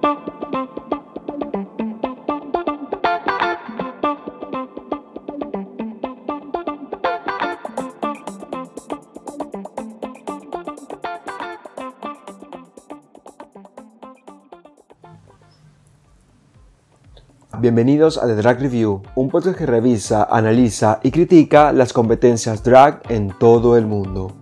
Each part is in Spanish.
Bienvenidos a The Drag Review, un podcast que revisa, analiza y critica las competencias drag en todo el mundo.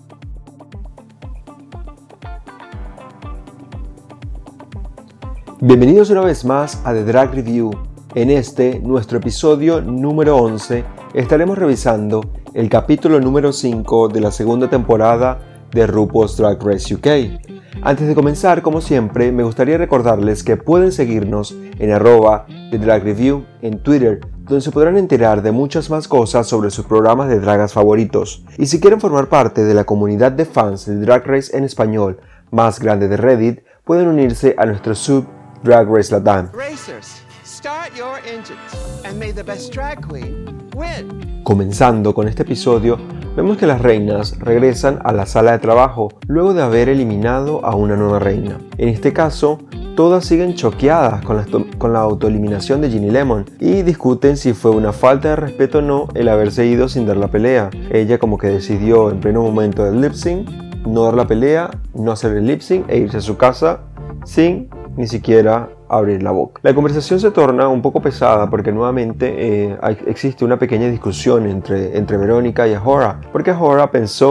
Bienvenidos una vez más a The Drag Review. En nuestro episodio número 11, estaremos revisando el capítulo número 5 de la segunda temporada de RuPaul's Drag Race UK. Antes de comenzar, como siempre, me gustaría recordarles que pueden seguirnos en @The Drag Review en Twitter, donde se podrán enterar de muchas más cosas sobre sus programas de dragas favoritos. Y si quieren formar parte de la comunidad de fans de Drag Race en español más grande de Reddit, pueden unirse a nuestro sub Drag Race Latam. Racers, start your engines and may the best drag queen win. Comenzando con este episodio, vemos que las reinas regresan a la sala de trabajo luego de haber eliminado a una nueva reina. En este caso, todas siguen choqueadas con la autoeliminación de Ginny Lemon y discuten si fue una falta de respeto o no el haberse ido sin dar la pelea. Ella como que decidió en pleno momento del lip sync no dar la pelea, no hacer el lip sync e irse a su casa sin ni siquiera abrir la boca. La conversación se torna un poco pesada porque nuevamente existe una pequeña discusión entre Verónica y A'Whora, porque A'Whora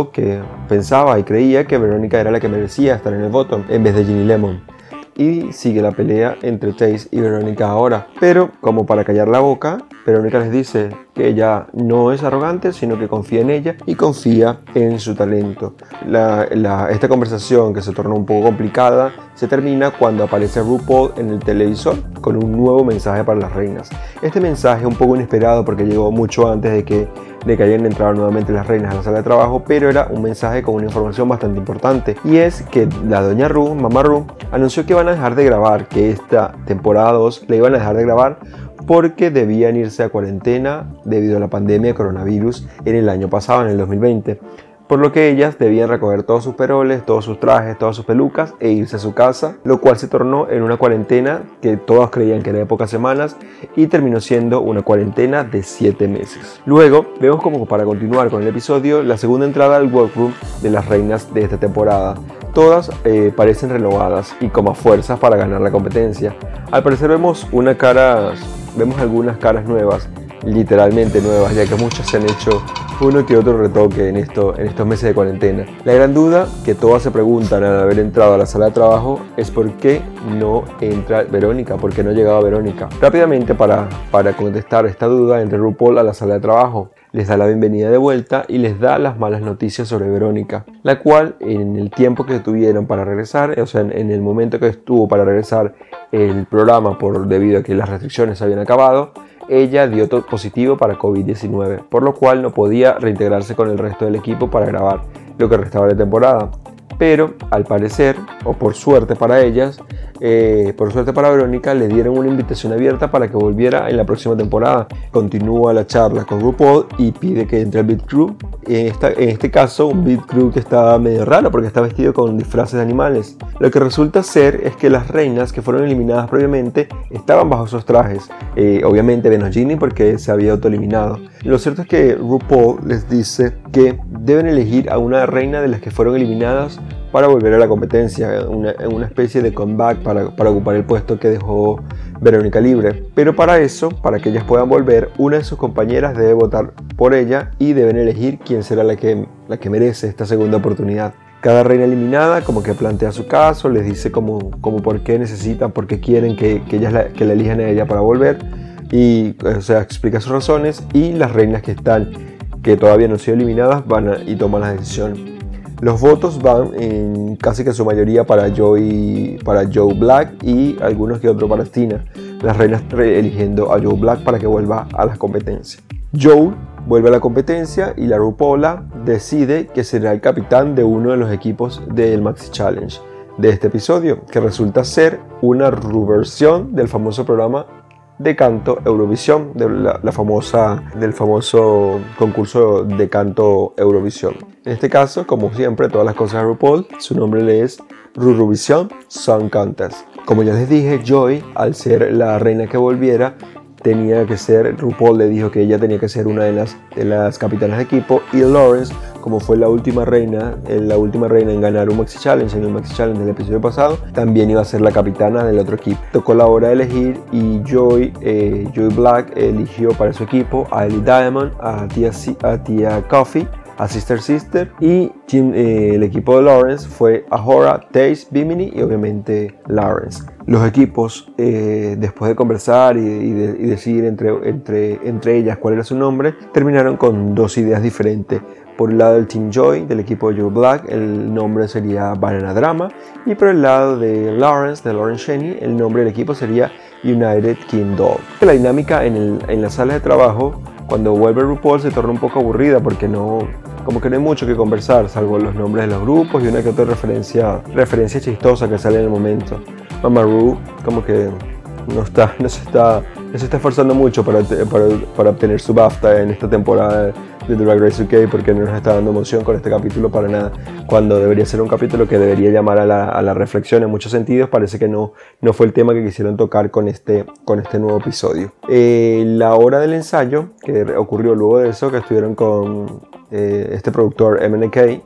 pensaba y creía que Verónica era la que merecía estar en el bottom en vez de Ginny Lemon. Y sigue la pelea entre Tayce y Verónica ahora. Pero, como para callar la boca, Verónica les dice que ella no es arrogante, sino que confía en ella y confía en su talento. Esta conversación, que se tornó un poco complicada, se termina cuando aparece RuPaul en el televisor con un nuevo mensaje para las reinas. Este mensaje es un poco inesperado porque llegó mucho antes de que hayan entrado nuevamente las reinas a la sala de trabajo, pero era un mensaje con una información bastante importante, y es que la doña Ru, Mamá Ru, anunció que iban a dejar de grabar, que esta temporada 2 la iban a dejar de grabar porque debían irse a cuarentena debido a la pandemia de coronavirus en el año pasado, en el 2020. Por lo que ellas debían recoger todos sus peroles, todos sus trajes, todas sus pelucas e irse a su casa, lo cual se tornó en una cuarentena que todos creían que era de pocas semanas y terminó siendo una cuarentena de 7 meses. Luego vemos como, para continuar con el episodio, la segunda entrada al workroom de las reinas de esta temporada. Todas parecen renovadas y como a fuerzas para ganar la competencia. Al parecer vemos algunas caras nuevas, literalmente nuevas, ya que muchas se han hecho uno que otro retoque en estos meses de cuarentena. La gran duda que todas se preguntan al haber entrado a la sala de trabajo es por qué no entra Verónica, por qué no llegaba Verónica. Rápidamente, para contestar esta duda, entra RuPaul a la sala de trabajo, les da la bienvenida de vuelta y les da las malas noticias sobre Verónica, la cual en el tiempo que tuvieron para regresar, o sea, en el momento que estuvo para regresar el programa debido a que las restricciones se habían acabado, ella dio positivo para COVID-19, por lo cual no podía reintegrarse con el resto del equipo para grabar lo que restaba de temporada. Pero al parecer, o por suerte para ellas, por suerte para Verónica, le dieron una invitación abierta para que volviera en la próxima temporada. Continúa la charla con RuPaul y pide que entre el Beat Crew. En este caso, un Beat Crew que está medio raro porque está vestido con disfraces de animales. Lo que resulta ser es que las reinas que fueron eliminadas previamente estaban bajo esos trajes. Obviamente menos Ginny porque se había autoeliminado. Lo cierto es que RuPaul les dice que deben elegir a una reina de las que fueron eliminadas para volver a la competencia, una especie de comeback para ocupar el puesto que dejó Verónica libre. Pero para eso, para que ellas puedan volver, una de sus compañeras debe votar por ella y deben elegir quién será la que merece esta segunda oportunidad. Cada reina eliminada como que plantea su caso, les dice como por qué necesitan, por qué quieren que la elijan a ella para volver, y o sea, explica sus razones, y las reinas que todavía no han sido eliminadas van y toman la decisión. Los votos van en casi que su mayoría para Joe Black y algunos que otros para Tina. Las reinas eligiendo a Joe Black para que vuelva a las competencias. Joe vuelve a la competencia y la RuPaul decide que será el capitán de uno de los equipos del Maxi Challenge de este episodio, que resulta ser una reversión del famoso programa de canto Eurovisión, del famoso concurso de canto Eurovisión. En este caso, como siempre, todas las cosas de RuPaul, su nombre es RuVision Song Contest. Como ya les dije, Joy, al ser la reina que volviera, tenía que ser, RuPaul le dijo que ella tenía que ser una de las capitanas de equipo, y Lawrence, como fue la última reina en ganar un Maxi Challenge en el Maxi Challenge del episodio pasado, también iba a ser la capitana del otro equipo. Tocó la hora de elegir y Joy Black eligió para su equipo a Ellie Diamond, a Tia Coffee, a Sister, y el equipo de Lawrence fue A'Whora, Tayce, Bimini y obviamente Lawrence. Los equipos, después de conversar y decidir entre ellas cuál era su nombre, terminaron con dos ideas diferentes. Por el lado del Team Joy, del equipo de Joy Black, el nombre sería Banana Drama, y por el lado de Lawrence Cheney, el nombre del equipo sería United King Doll. La dinámica en la sala de trabajo, cuando vuelve RuPaul, se torna un poco aburrida porque como que no hay mucho que conversar, salvo los nombres de los grupos y una que otra referencia chistosa que sale en el momento. Mama Ru como que no se está esforzando mucho para obtener su BAFTA en esta temporada de Drag Race UK, porque no nos está dando emoción con este capítulo para nada, cuando debería ser un capítulo que debería llamar a la reflexión en muchos sentidos. Parece que no fue el tema que quisieron tocar con este nuevo episodio. La hora del ensayo, que ocurrió luego de eso, que estuvieron con este productor MNK,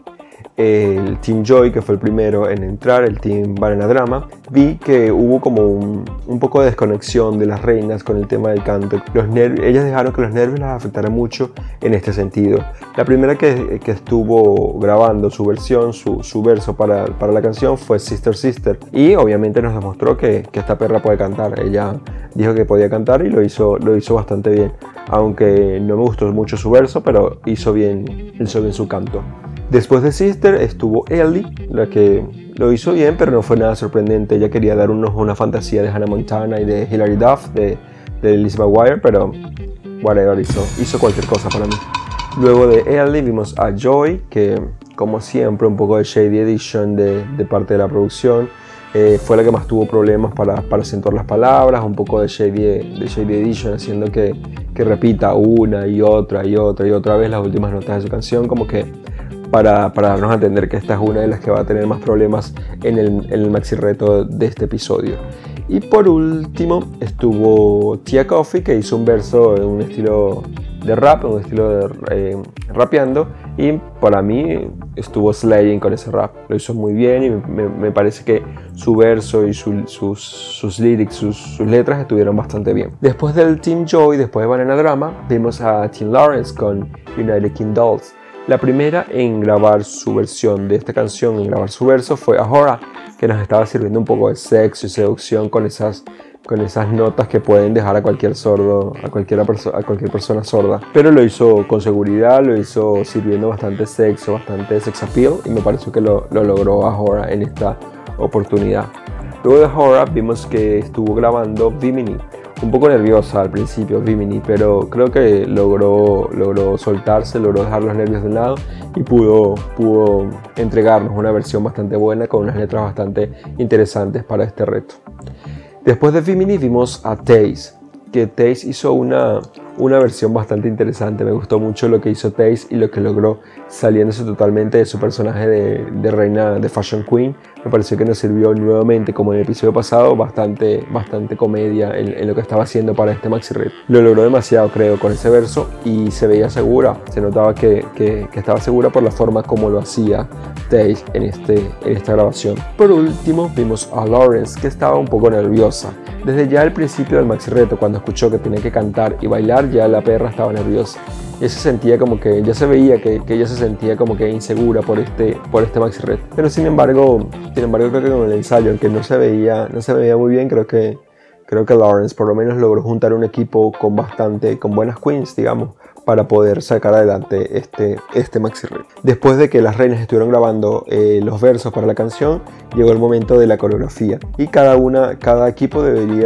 el Team Joy, que fue el primero en entrar, el Team Banana Drama, vi que hubo como un poco de desconexión de las reinas con el tema del canto. Ellas dejaron que los nervios las afectaran mucho en este sentido. La primera que estuvo grabando su versión, su verso para la canción fue Sister, y obviamente nos demostró que esta perra puede cantar. Ella dijo que podía cantar y lo hizo bastante bien, aunque no me gustó mucho su verso, pero hizo bien su canto. Después de Sister estuvo Ellie, la que lo hizo bien, pero no fue nada sorprendente. Ella quería dar una fantasía de Hannah Montana y de Hilary Duff, de Lizzie McGuire, pero whatever, hizo cualquier cosa para mí. Luego de Ellie vimos a Joy, que como siempre un poco de Shady Edition de parte de la producción. Fue la que más tuvo problemas para acentuar las palabras, un poco de Shady Edition, haciendo que repita una y otra vez las últimas notas de su canción, como que para darnos a entender que esta es una de las que va a tener más problemas en el maxi reto de este episodio. Y por último estuvo Tia Coffee, que hizo un verso en un estilo de rap, un estilo de rapeando, y para mí estuvo slaying con ese rap. Lo hizo muy bien y me parece que su verso y sus lyrics, sus letras estuvieron bastante bien. Después del Team Joy, después de Banana Drama, vimos a Team Lawrence con United King Dolls. La primera en grabar su versión de esta canción, en grabar su verso, fue A'Whora, que nos estaba sirviendo un poco de sexo y seducción con esas notas que pueden dejar a cualquier sordo, a cualquier persona sorda. Pero lo hizo con seguridad, lo hizo sirviendo bastante sexo, bastante sex appeal, y me pareció que lo logró A'Whora en esta oportunidad. Luego de A'Whora vimos que estuvo grabando Bimini. Un poco nerviosa al principio Bimini, pero creo que logró soltarse, logró dejar los nervios de un lado y pudo entregarnos una versión bastante buena con unas letras bastante interesantes para este reto. Después de Bimini vimos a Tayce, que Tayce hizo una versión bastante interesante. Me gustó mucho lo que hizo Tayce y lo que logró saliéndose totalmente de su personaje de reina de Fashion Queen. Me pareció que nos sirvió nuevamente, como en el episodio pasado, bastante comedia en lo que estaba haciendo para este maxi reto. Lo logró demasiado, creo, con ese verso, y se veía segura. Se notaba que estaba segura por la forma como lo hacía Tayce en esta grabación. Por último vimos a Lawrence, que estaba un poco nerviosa. Desde ya al principio del maxi reto, cuando escuchó que tenía que cantar y bailar, ya la perra estaba nerviosa. Ya se sentía como que, ya se veía que ella se sentía como que insegura por este maxi reto. Pero sin embargo creo que con el ensayo, aunque no se veía muy bien, creo que Lawrence por lo menos logró juntar un equipo con buenas queens, digamos, para poder sacar adelante este maxi reto. Después de que las reinas estuvieron grabando los versos para la canción, llegó el momento de la coreografía, y cada equipo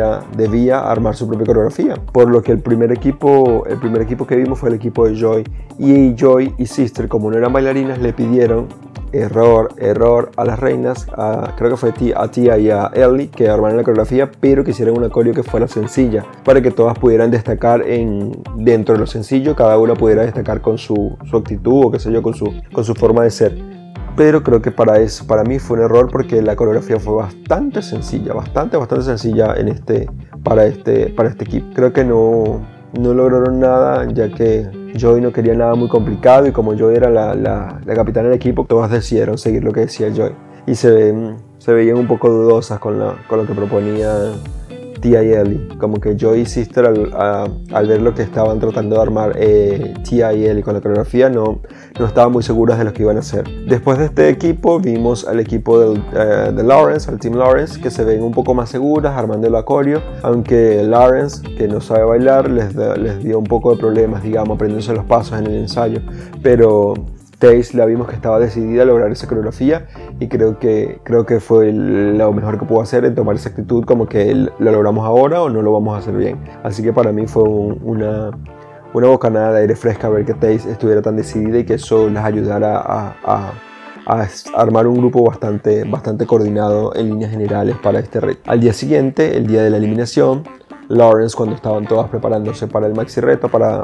debía armar su propia coreografía, por lo que el primer equipo que vimos fue el equipo de Joy, y Joy y Sister, como no eran bailarinas, le pidieron error a las reinas, creo que fue a Tia y a Ellie, que armaran la coreografía, pero que hicieran una coreo que fuera sencilla, para que todas pudieran destacar dentro de lo sencillo, cada una pudiera destacar con su actitud o qué sé yo, con su forma de ser. pero creo que para mí fue un error porque la coreografía fue bastante sencilla, bastante sencilla para este equipo. Creo que no lograron nada, ya que Joy no quería nada muy complicado y como Joy era la capitana del equipo, todas decidieron seguir lo que decía Joy y se veían un poco dudosas con lo que proponía Tia y Ellie, como que Joy y Sister al ver lo que estaban tratando de armar Tia y Ellie con la coreografía no estaban muy seguras de lo que iban a hacer. Después de este equipo vimos al equipo de Lawrence, al Team Lawrence, que se ven un poco más seguras armando el acorio, aunque Lawrence, que no sabe bailar, les dio un poco de problemas, digamos, aprendiéndose los pasos en el ensayo, pero Taze la vimos que estaba decidida a lograr esa coreografía y creo que fue lo mejor que pudo hacer en tomar esa actitud como que lo logramos ahora o no lo vamos a hacer bien. Así que para mí fue una bocanada de aire fresca ver que Taze estuviera tan decidida y que eso les ayudara a armar un grupo bastante coordinado en líneas generales para este reto. Al día siguiente, el día de la eliminación, Lawrence, cuando estaban todas preparándose para el maxi reto, para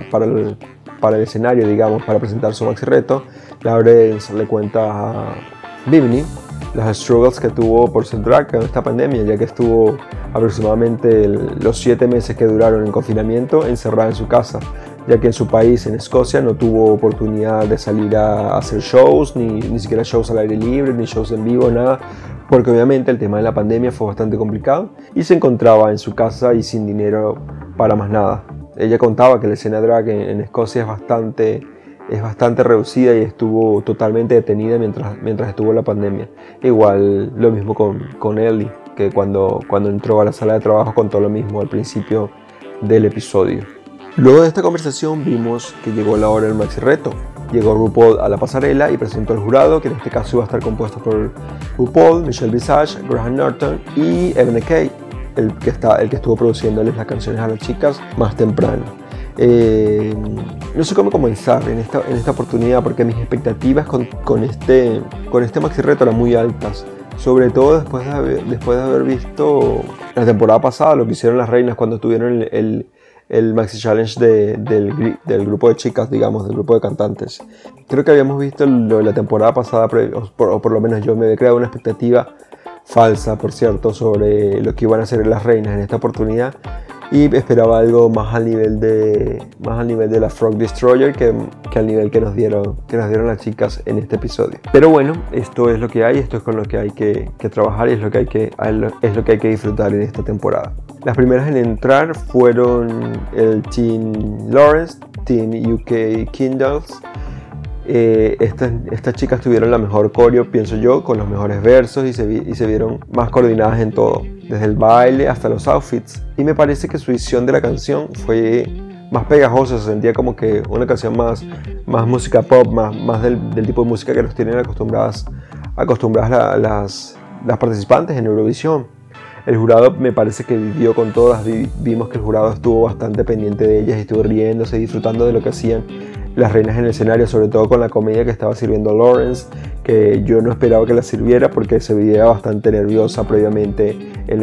el escenario, digamos, para presentar su maxi reto, Lawrence le cuenta a Bimini los struggles que tuvo por ser drag en esta pandemia, ya que estuvo aproximadamente los 7 meses que duraron en confinamiento encerrada en su casa, ya que en su país, en Escocia, no tuvo oportunidad de salir a hacer shows, ni siquiera shows al aire libre, ni shows en vivo, nada, porque obviamente el tema de la pandemia fue bastante complicado y se encontraba en su casa y sin dinero para más nada. Ella contaba que la escena drag en Escocia es bastante reducida y estuvo totalmente detenida mientras estuvo la pandemia. Igual lo mismo con Ellie, que cuando entró a la sala de trabajo contó lo mismo al principio del episodio. Luego de esta conversación vimos que llegó la hora del maxi reto. Llegó RuPaul a la pasarela y presentó al jurado, que en este caso iba a estar compuesto por RuPaul, Michelle Visage, Graham Norton y Evan Kay, el que estuvo produciéndoles las canciones a las chicas más temprano. No sé cómo comenzar en esta oportunidad porque mis expectativas con este maxi reto eran muy altas, sobre todo después de haber visto la temporada pasada lo que hicieron las reinas cuando tuvieron el maxi challenge del grupo de chicas, digamos, del grupo de cantantes. Creo que habíamos visto lo de la temporada pasada, o por lo menos yo me había creado una expectativa falsa, por cierto, sobre lo que iban a hacer las reinas en esta oportunidad y esperaba algo más al nivel de la Frog Destroyer que al nivel que nos dieron las chicas en este episodio. Pero bueno, esto es lo que hay, esto es con lo que hay que trabajar y es lo que hay que disfrutar en esta temporada. Las primeras en entrar fueron el Team Lawrence, Team UK Kindles. Estas chicas tuvieron la mejor coreo, pienso yo, con los mejores versos y se vieron más coordinadas en todo, desde el baile hasta los outfits. Y me parece que su edición de la canción fue más pegajosa, se sentía como que una canción más música pop, más del tipo de música que nos tienen acostumbradas las participantes en Eurovisión. El jurado me parece que vivió con todas, vimos que el jurado estuvo bastante pendiente de ellas y estuvo riéndose y disfrutando de lo que hacían las reinas en el escenario, sobre todo con la comedia que estaba sirviendo Lawrence, que yo no esperaba que la sirviera porque se veía bastante nerviosa previamente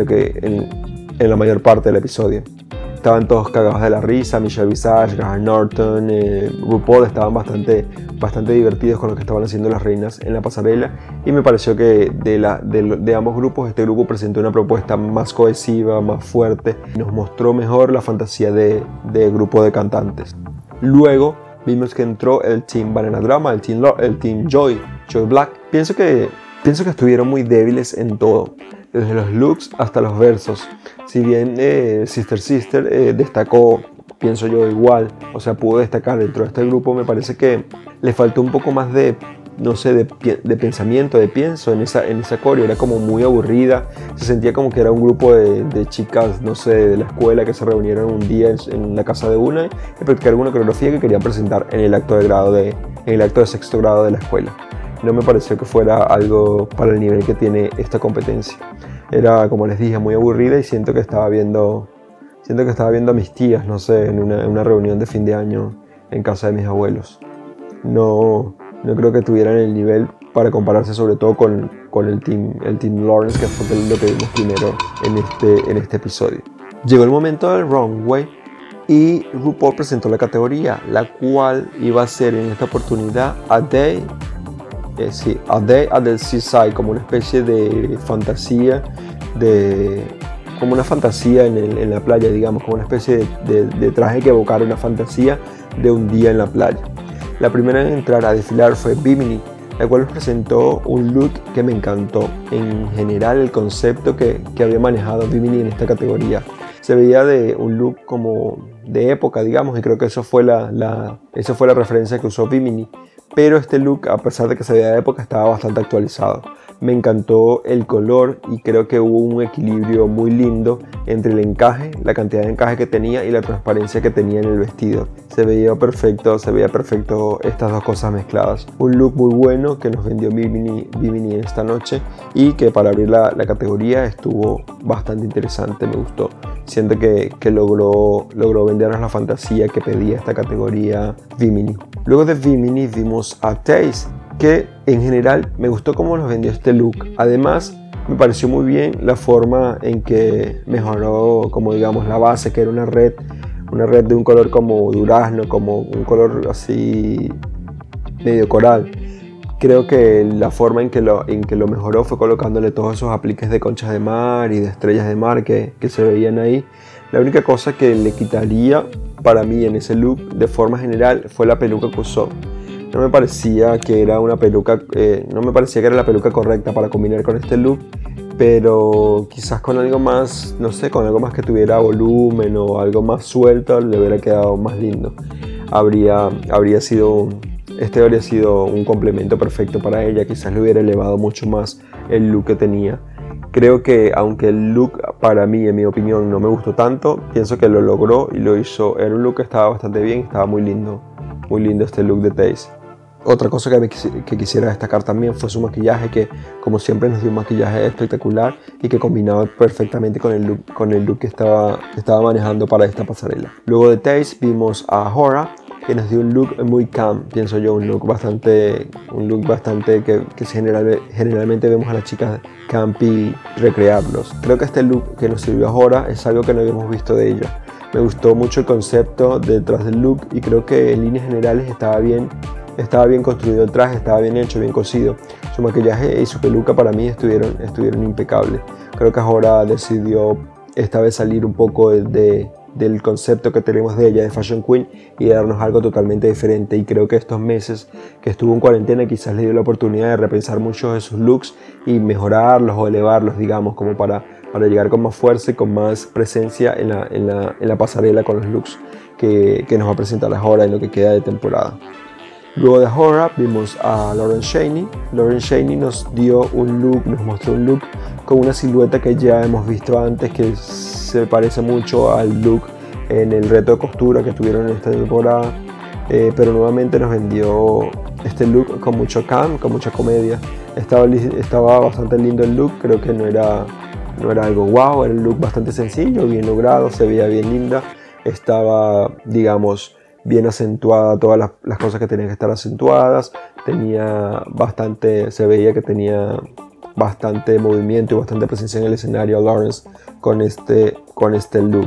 en la mayor parte del episodio. Estaban todos cagados de la risa, Michelle Visage, Graham Norton, RuPaul estaban bastante divertidos con lo que estaban haciendo las reinas en la pasarela y me pareció que de ambos grupos este grupo presentó una propuesta más cohesiva, más fuerte, nos mostró mejor la fantasía de grupo de cantantes. Luego vimos que entró el Team Banana Drama, el Team Joy Black. Pienso que estuvieron muy débiles en todo, desde los looks hasta los versos. Si bien Sister destacó, pienso yo, igual, o sea, pudo destacar dentro de este grupo, me parece que le faltó un poco más de pensamiento, de pienso en esa coreo. Era como muy aburrida, se sentía como que era un grupo de chicas, no sé, de la escuela que se reunieron un día en la casa de una y practicaron una coreografía que querían presentar en el acto de sexto grado de la escuela. No me pareció que fuera algo para el nivel que tiene esta competencia. Era, como les dije, muy aburrida y siento que estaba viendo a mis tías, no sé, en una reunión de fin de año en casa de mis abuelos. No creo que tuvieran el nivel para compararse, sobre todo con el team Lawrence, que fue lo que vimos primero en este episodio. Llegó el momento del runway y RuPaul presentó la categoría, la cual iba a ser en esta oportunidad A Day A Day at the Seaside, como una especie de fantasía, como una fantasía en la playa, digamos, como una especie de traje que evocara una fantasía de un día en la playa. La primera en entrar a desfilar fue Bimini, la cual nos presentó un look que me encantó. En general, el concepto que había manejado Bimini en esta categoría se veía de un look como de época, digamos, y creo que eso fue la referencia que usó Bimini. Pero este look, a pesar de que se veía de época, estaba bastante actualizado. Me encantó el color y creo que hubo un equilibrio muy lindo entre el encaje, la cantidad de encaje que tenía y la transparencia que tenía en el vestido. Se veía perfecto estas dos cosas mezcladas. Un look muy bueno que nos vendió Bimini esta noche y que para abrir la categoría estuvo bastante interesante, me gustó. Siento que logró vendernos la fantasía que pedía esta categoría Bimini. Luego de Bimini vimos a Tayce, que en general me gustó cómo nos vendió este look. Además, me pareció muy bien la forma en que mejoró, como digamos, la base, que era una red de un color como durazno, como un color así medio coral. Creo que la forma en que lo mejoró fue colocándole todos esos apliques de conchas de mar y de estrellas de mar que se veían ahí. La única cosa que le quitaría para mí en ese look de forma general fue la peluca que usó. No me parecía que era la peluca correcta para combinar con este look, pero quizás con algo más, no sé, con algo más que tuviera volumen o algo más suelto le hubiera quedado más lindo. Habría sido un complemento perfecto para ella, quizás le hubiera elevado mucho más el look que tenía. Creo que aunque el look para mí, en mi opinión, no me gustó tanto, pienso que lo logró y lo hizo. Era un look que estaba bastante bien, estaba muy lindo este look de Tayce. Otra cosa que quisiera destacar también fue su maquillaje, que como siempre nos dio un maquillaje espectacular y que combinaba perfectamente con el look que estaba manejando para esta pasarela. Luego de Tayce vimos a Hora, que nos dio un look muy calm, pienso yo, un look bastante que generalmente vemos a las chicas campy recrearlos. Creo que este look que nos sirvió ahora es algo que no habíamos visto de ella. Me gustó mucho el concepto detrás del look y creo que en líneas generales estaba bien construido el traje, estaba bien hecho, bien cosido. Su maquillaje y su peluca para mí estuvieron impecables. Creo que ahora decidió esta vez salir un poco del concepto que tenemos de ella de Fashion Queen y darnos algo totalmente diferente, y creo que estos meses que estuvo en cuarentena quizás le dio la oportunidad de repensar muchos de sus looks y mejorarlos o elevarlos, digamos, como para llegar con más fuerza y con más presencia en la pasarela con los looks que nos va a presentar ahora en lo que queda de temporada. Luego de Hora vimos a Lauren Shaney. Lauren Shaney nos mostró un look con una silueta que ya hemos visto antes, que se parece mucho al look en el reto de costura que tuvieron en esta temporada, pero nuevamente nos vendió este look con mucho calm, con mucha comedia. Estaba bastante lindo el look, creo que no era algo wow, era un look bastante sencillo, bien logrado, se veía bien linda, estaba, digamos, bien acentuada todas las cosas que tenían que estar acentuadas, se veía que tenía bastante movimiento y bastante presencia en el escenario Lawrence con este look.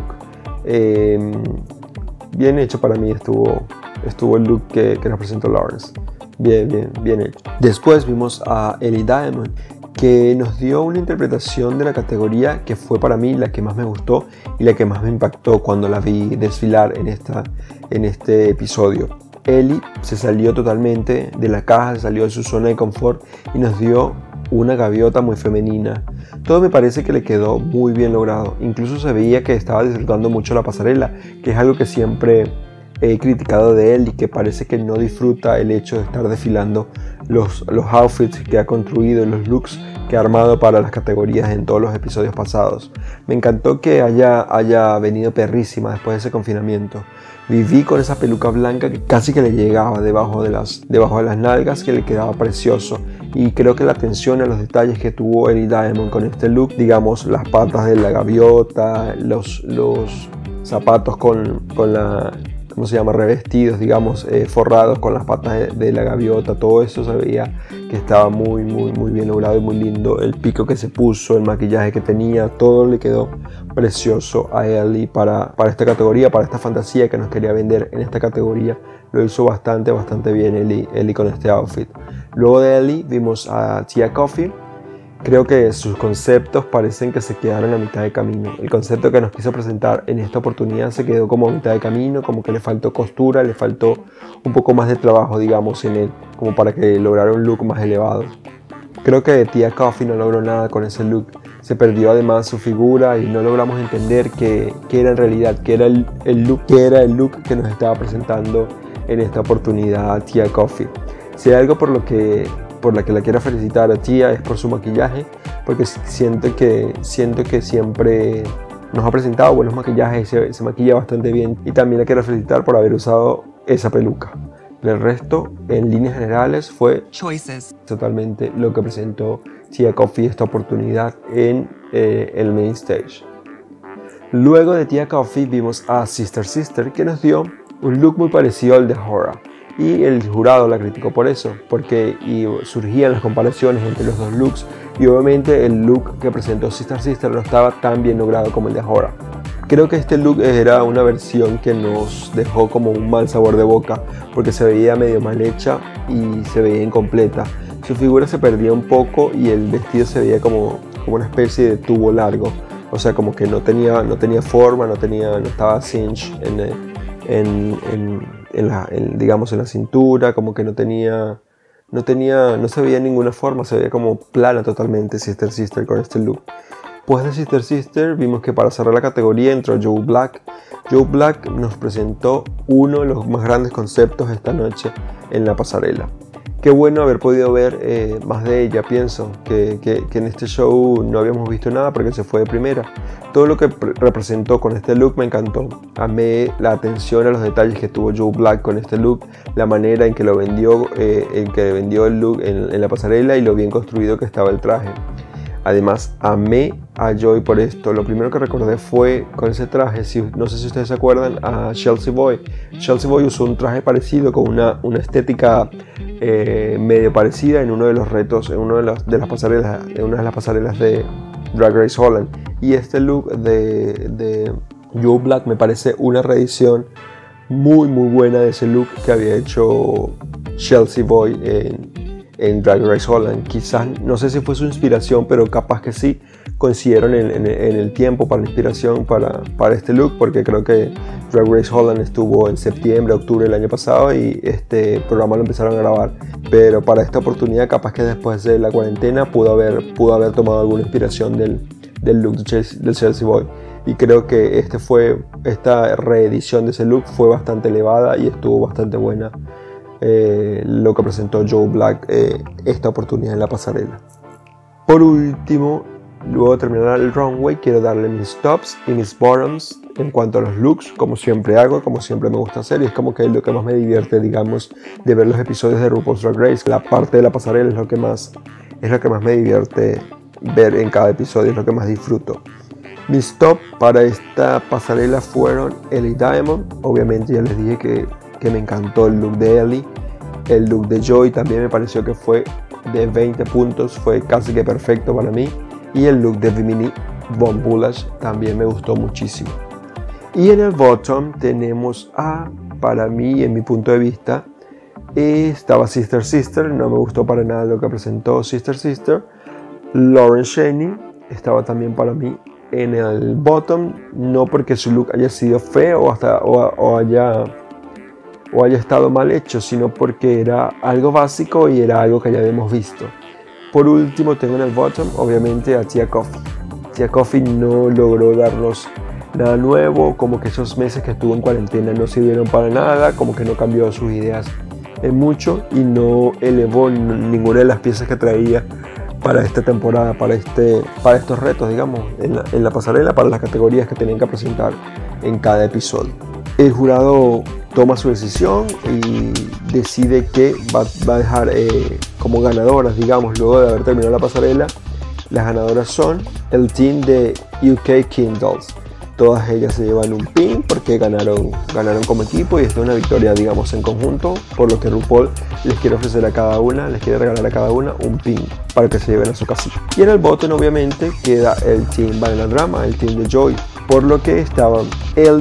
Bien hecho para mí estuvo el look que nos presentó Lawrence. Bien hecho. Después vimos a Ellie Diamond, que nos dio una interpretación de la categoría que fue para mí la que más me gustó y la que más me impactó cuando la vi desfilar en este episodio. Ellie se salió totalmente de la caja, se salió de su zona de confort y nos dio una gaviota muy femenina. Todo me parece que le quedó muy bien logrado. Incluso se veía que estaba disfrutando mucho la pasarela, que es algo que siempre he criticado de él y que parece que no disfruta el hecho de estar desfilando los outfits que ha construido y los looks que ha armado para las categorías en todos los episodios pasados. Me encantó que haya venido perrísima después de ese confinamiento. Viví con esa peluca blanca que casi que le llegaba debajo de las nalgas, que le quedaba precioso, y creo que la atención a los detalles que tuvo Ellie Diamond con este look, digamos, las patas de la gaviota, los zapatos con la, ¿cómo se llama?, revestidos, digamos, forrados con las patas de la gaviota, todo eso se veía que estaba muy bien logrado y muy lindo. El pico que se puso, el maquillaje que tenía, todo le quedó precioso a Ellie para esta categoría, para esta fantasía que nos quería vender en esta categoría. Lo hizo bastante bien Ellie con este outfit. Luego de Ellie vimos a Tia Kofi. Creo que sus conceptos parecen que se quedaron a mitad de camino. El concepto que nos quiso presentar en esta oportunidad se quedó como a mitad de camino, como que le faltó costura, le faltó un poco más de trabajo, digamos, en él, como para que lograra un look más elevado. Creo que Tia Kofi no logró nada con ese look. Se perdió además su figura y no logramos entender qué era en realidad, qué era el look que nos estaba presentando en esta oportunidad Tia Kofi. Si hay algo por la que la quiero felicitar a Tia es por su maquillaje, porque siento que siempre nos ha presentado buenos maquillajes y se maquilla bastante bien, y también la quiero felicitar por haber usado esa peluca. El resto, en líneas generales, fue Choices. Totalmente lo que presentó Tia Kofi esta oportunidad en el main stage. Luego de Tia Kofi vimos a Sister Sister, que nos dio un look muy parecido al de Hora. Y el jurado la criticó por eso, porque surgían las comparaciones entre los dos looks, y obviamente el look que presentó Sister Sister no estaba tan bien logrado como el de Hora. Creo que este look era una versión que nos dejó como un mal sabor de boca, porque se veía medio mal hecha y se veía incompleta. Su figura se perdía un poco y el vestido se veía como una especie de tubo largo, o sea, como que no tenía forma, no estaba cinch digamos en la cintura, como que no se veía ninguna forma, se veía como plana totalmente Sister Sister con este look. Después de Sister Sister vimos que para cerrar la categoría entró Joe Black. Joe Black nos presentó uno de los más grandes conceptos esta noche en la pasarela. Qué bueno haber podido ver más de ella. Pienso que en este show no habíamos visto nada porque se fue de primera. Todo lo que representó con este look me encantó. Amé la atención a los detalles que tuvo Joe Black con este look, la manera en que lo vendió, el look en la pasarela y lo bien construido que estaba el traje. Además, amé a Joy por esto. Lo primero que recordé fue con ese traje, no sé si ustedes se acuerdan, a Chelsea Boy. Chelsea Boy usó un traje parecido con una estética medio parecida en uno de los retos, en una de las pasarelas de Drag Race Holland. Y este look de Joe Black me parece una reedición muy buena de ese look que había hecho Chelsea Boy en Drag Race Holland. Quizás, no sé si fue su inspiración, pero capaz que sí coincidieron en el tiempo para la inspiración para este look, porque creo que Drag Race Holland estuvo en septiembre, octubre del año pasado y este programa lo empezaron a grabar, pero para esta oportunidad capaz que después de la cuarentena pudo haber tomado alguna inspiración del look del Chelsea Boy, y creo que esta reedición de ese look fue bastante elevada y estuvo bastante buena. Lo que presentó Joe Black esta oportunidad en la pasarela. Por último, luego de terminar el runway, quiero darle mis tops y mis bottoms en cuanto a los looks, como siempre hago, como siempre me gusta hacer, y es como que lo que más me divierte, digamos, de ver los episodios de RuPaul's Drag Race. La parte de la pasarela es lo que más me divierte ver en cada episodio, es lo que más disfruto. Mis top para esta pasarela fueron Ellie Diamond. Obviamente ya les dije que me encantó el look de Ellie. El look de Joy también me pareció que fue de 20 puntos, fue casi que perfecto para mí. Y el look de Bimini Von Bullage también me gustó muchísimo. Y en el bottom tenemos para mí, en mi punto de vista, estaba Sister Sister. No me gustó para nada lo que presentó Sister Sister. Lauren Chaney estaba también para mí en el bottom, no porque su look haya sido feo o haya estado mal hecho, sino porque era algo básico y era algo que ya habíamos visto. Por último tengo en el bottom obviamente a Tia Kofi. Tia Kofi no logró darnos nada nuevo, como que esos meses que estuvo en cuarentena no sirvieron para nada, como que no cambió sus ideas en mucho y no elevó ninguna de las piezas que traía para esta temporada, para estos retos, digamos, en la pasarela, para las categorías que tenían que presentar en cada episodio. El jurado toma su decisión y decide que va a dejar como ganadoras, digamos, luego de haber terminado la pasarela. Las ganadoras son el team de UK King Dolls. Todas ellas se llevan un pin porque ganaron como equipo, y esta es una victoria, digamos, en conjunto, por lo que RuPaul les quiere regalar a cada una un pin para que se lleven a su casilla. Y en el bottom obviamente queda el team Banana Drama, el team de Joy, por lo que estaban Ellie,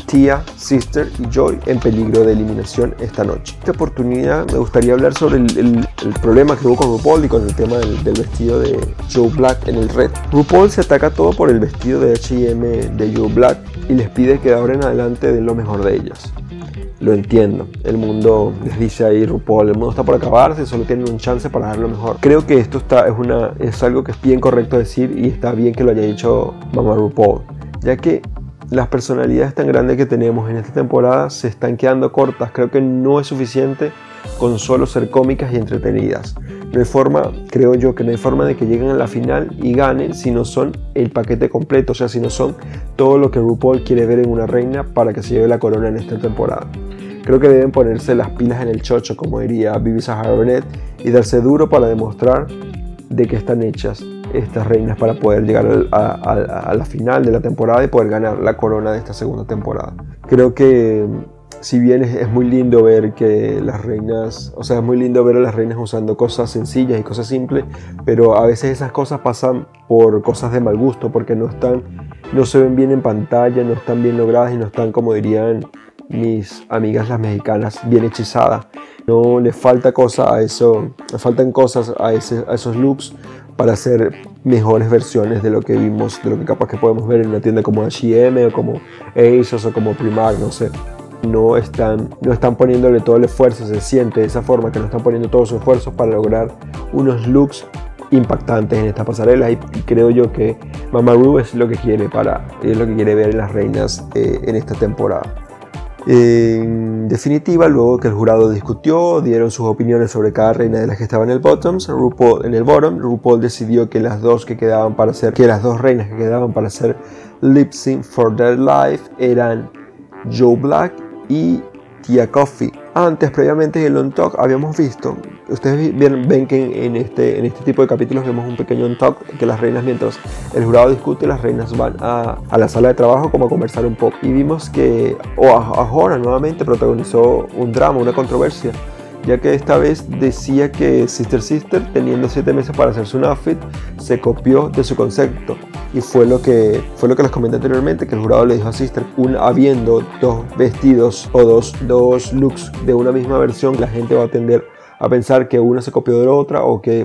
Tia, Sister y Joy en peligro de eliminación esta noche. En esta oportunidad me gustaría hablar sobre el problema que hubo con RuPaul y con el tema del vestido de Joe Black en el red. RuPaul se ataca todo por el vestido de H&M de Joe Black y les pide que de ahora en adelante den lo mejor de ellas. Lo entiendo, el mundo les dice ahí RuPaul, el mundo está por acabarse, solo tienen un chance para dar lo mejor. Creo que esto es algo que es bien correcto decir y está bien que lo haya dicho Mama RuPaul, ya que las personalidades tan grandes que tenemos en esta temporada se están quedando cortas. Creo que no es suficiente con solo ser cómicas y entretenidas. No hay forma, creo yo, que no hay forma de que lleguen a la final y ganen si no son el paquete completo, o sea, si no son todo lo que RuPaul quiere ver en una reina para que se lleve la corona en esta temporada. Creo que deben ponerse las pilas en el chocho, como diría Vivi Zahara Burnett, y darse duro para demostrar de qué están hechas estas reinas para poder llegar a la final de la temporada y poder ganar la corona de esta segunda temporada. Creo que si bien es muy lindo ver que las reinas, o sea, es muy lindo ver a las reinas usando cosas sencillas y cosas simples, pero a veces esas cosas pasan por cosas de mal gusto, porque no se ven bien en pantalla, no están bien logradas y no están, como dirían mis amigas las mexicanas, bien hechizadas. No le falta cosa a eso, le faltan cosas a esos looks para hacer mejores versiones de lo que vimos, de lo que capaz que podemos ver en una tienda como H&M o como ASOS o como Primark, no sé. No están poniéndole todo el esfuerzo, se siente de esa forma que no están poniendo todos sus esfuerzos para lograr unos looks impactantes en esta pasarela, y creo yo que Mama Ru es lo que quiere ver en las reinas en esta temporada. En definitiva, luego que el jurado discutió, dieron sus opiniones sobre cada reina de las que estaban en el bottom, RuPaul decidió que las dos reinas que quedaban para hacer lip sync for their life eran Joe Black y Tia Kofi. Previamente en el On Talk habíamos visto, ustedes ven que en este tipo de capítulos vemos un pequeño On Talk, que las reinas, mientras el jurado discute, las reinas van a la sala de trabajo como a conversar un poco. Y vimos que A'Whora nuevamente protagonizó un drama, una controversia, ya que esta vez decía que Sister, teniendo 7 meses para hacerse un outfit, se copió de su concepto. Y fue lo que les comenté anteriormente, que el jurado le dijo a Sister, habiendo dos vestidos o dos looks de una misma versión, la gente va a tender a pensar que una se copió de la otra, o que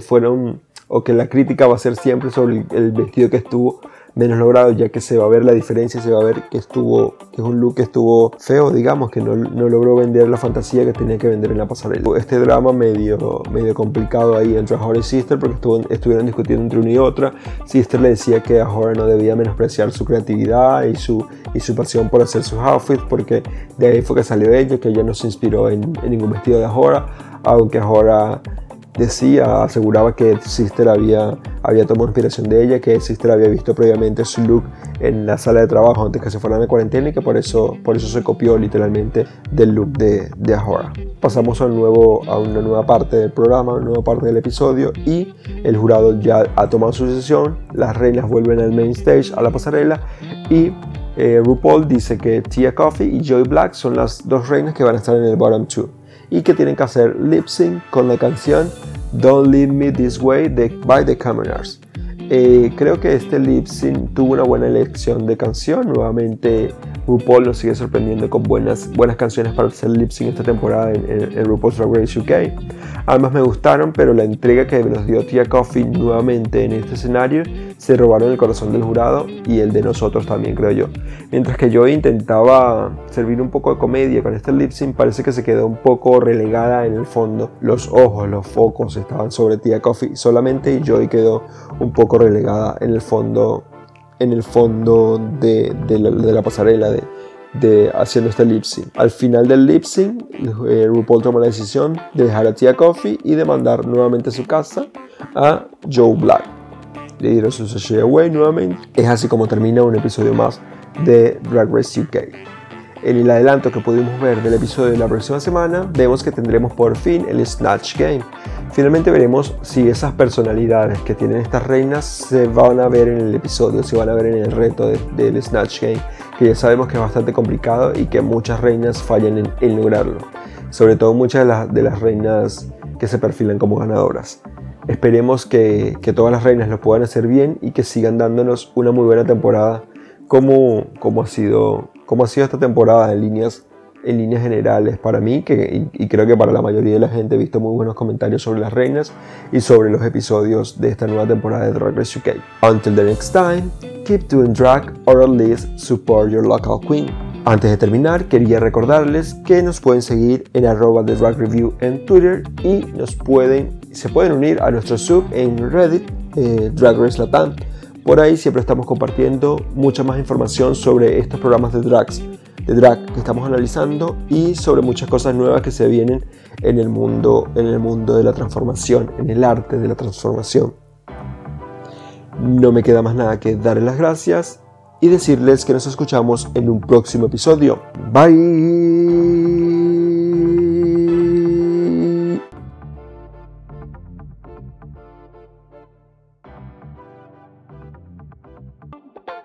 la crítica va a ser siempre sobre el vestido que estuvo menos logrado, ya que se va a ver la diferencia, se va a ver que es un look que estuvo feo, digamos, que no logró vender la fantasía que tenía que vender en la pasarela. Este drama medio complicado ahí entre A'Whora y Sister, porque estuvieron discutiendo entre una y otra. Sister le decía que A'Whora no debía menospreciar su creatividad y su pasión por hacer sus outfits, porque de ahí fue que salió ella, que ella no se inspiró en ningún vestido de A'Whora, aunque A'Whora aseguraba que Sister había tomado inspiración de ella, que Sister había visto previamente su look en la sala de trabajo antes que se fueran de cuarentena, y que por eso se copió literalmente del look de A'Whora. Pasamos a una nueva parte del programa, una nueva parte del episodio, y el jurado ya ha tomado su decisión. Las reinas vuelven al main stage, a la pasarela, y RuPaul dice que Tia Kofi y Joy Black son las dos reinas que van a estar en el bottom 2 y que tienen que hacer lip sync con la canción Don't Leave Me This Way by The Commoners. Creo que este lip sync tuvo una buena elección de canción. Nuevamente RuPaul nos sigue sorprendiendo con buenas canciones para hacer lip sync esta temporada en RuPaul's Drag Race UK. Ambas me gustaron, pero la entrega que nos dio Tia Kofi nuevamente en este escenario se robaron el corazón del jurado y el de nosotros también, creo yo. Mientras que yo intentaba servir un poco de comedia con este lip sync, parece que se quedó un poco relegada en el fondo. Los ojos, los focos estaban sobre Tia Kofi solamente, y Joy quedó un poco relegada en el fondo de la pasarela de haciendo este lip sync. Al final del lip sync, RuPaul tomó la decisión de dejar a Tia Kofi y de mandar nuevamente a su casa a Joe Black. Le dieron su sashay away nuevamente. Es así como termina un episodio más de Drag Race UK. En el adelanto que pudimos ver del episodio de la próxima semana, vemos que tendremos por fin el Snatch Game. Finalmente veremos si esas personalidades que tienen estas reinas se van a ver en el episodio, se van a ver en el reto del Snatch Game, que ya sabemos que es bastante complicado y que muchas reinas fallan en lograrlo. Sobre todo muchas de las reinas que se perfilan como ganadoras. Esperemos que todas las reinas lo puedan hacer bien y que sigan dándonos una muy buena temporada cómo ha sido esta temporada en líneas generales para mí, y creo que para la mayoría de la gente. He visto muy buenos comentarios sobre las reinas y sobre los episodios de esta nueva temporada de Drag Race UK. Until the next time, keep doing drag, or at least support your local queen. Antes de terminar, quería recordarles que nos pueden seguir en @TheDragReview en Twitter y se pueden unir a nuestro sub en Reddit, Drag Race Latam. Por ahí siempre estamos compartiendo mucha más información sobre estos programas de drag que estamos analizando, y sobre muchas cosas nuevas que se vienen en el mundo de la transformación, en el arte de la transformación. No me queda más nada que darles las gracias y decirles que nos escuchamos en un próximo episodio. Bye.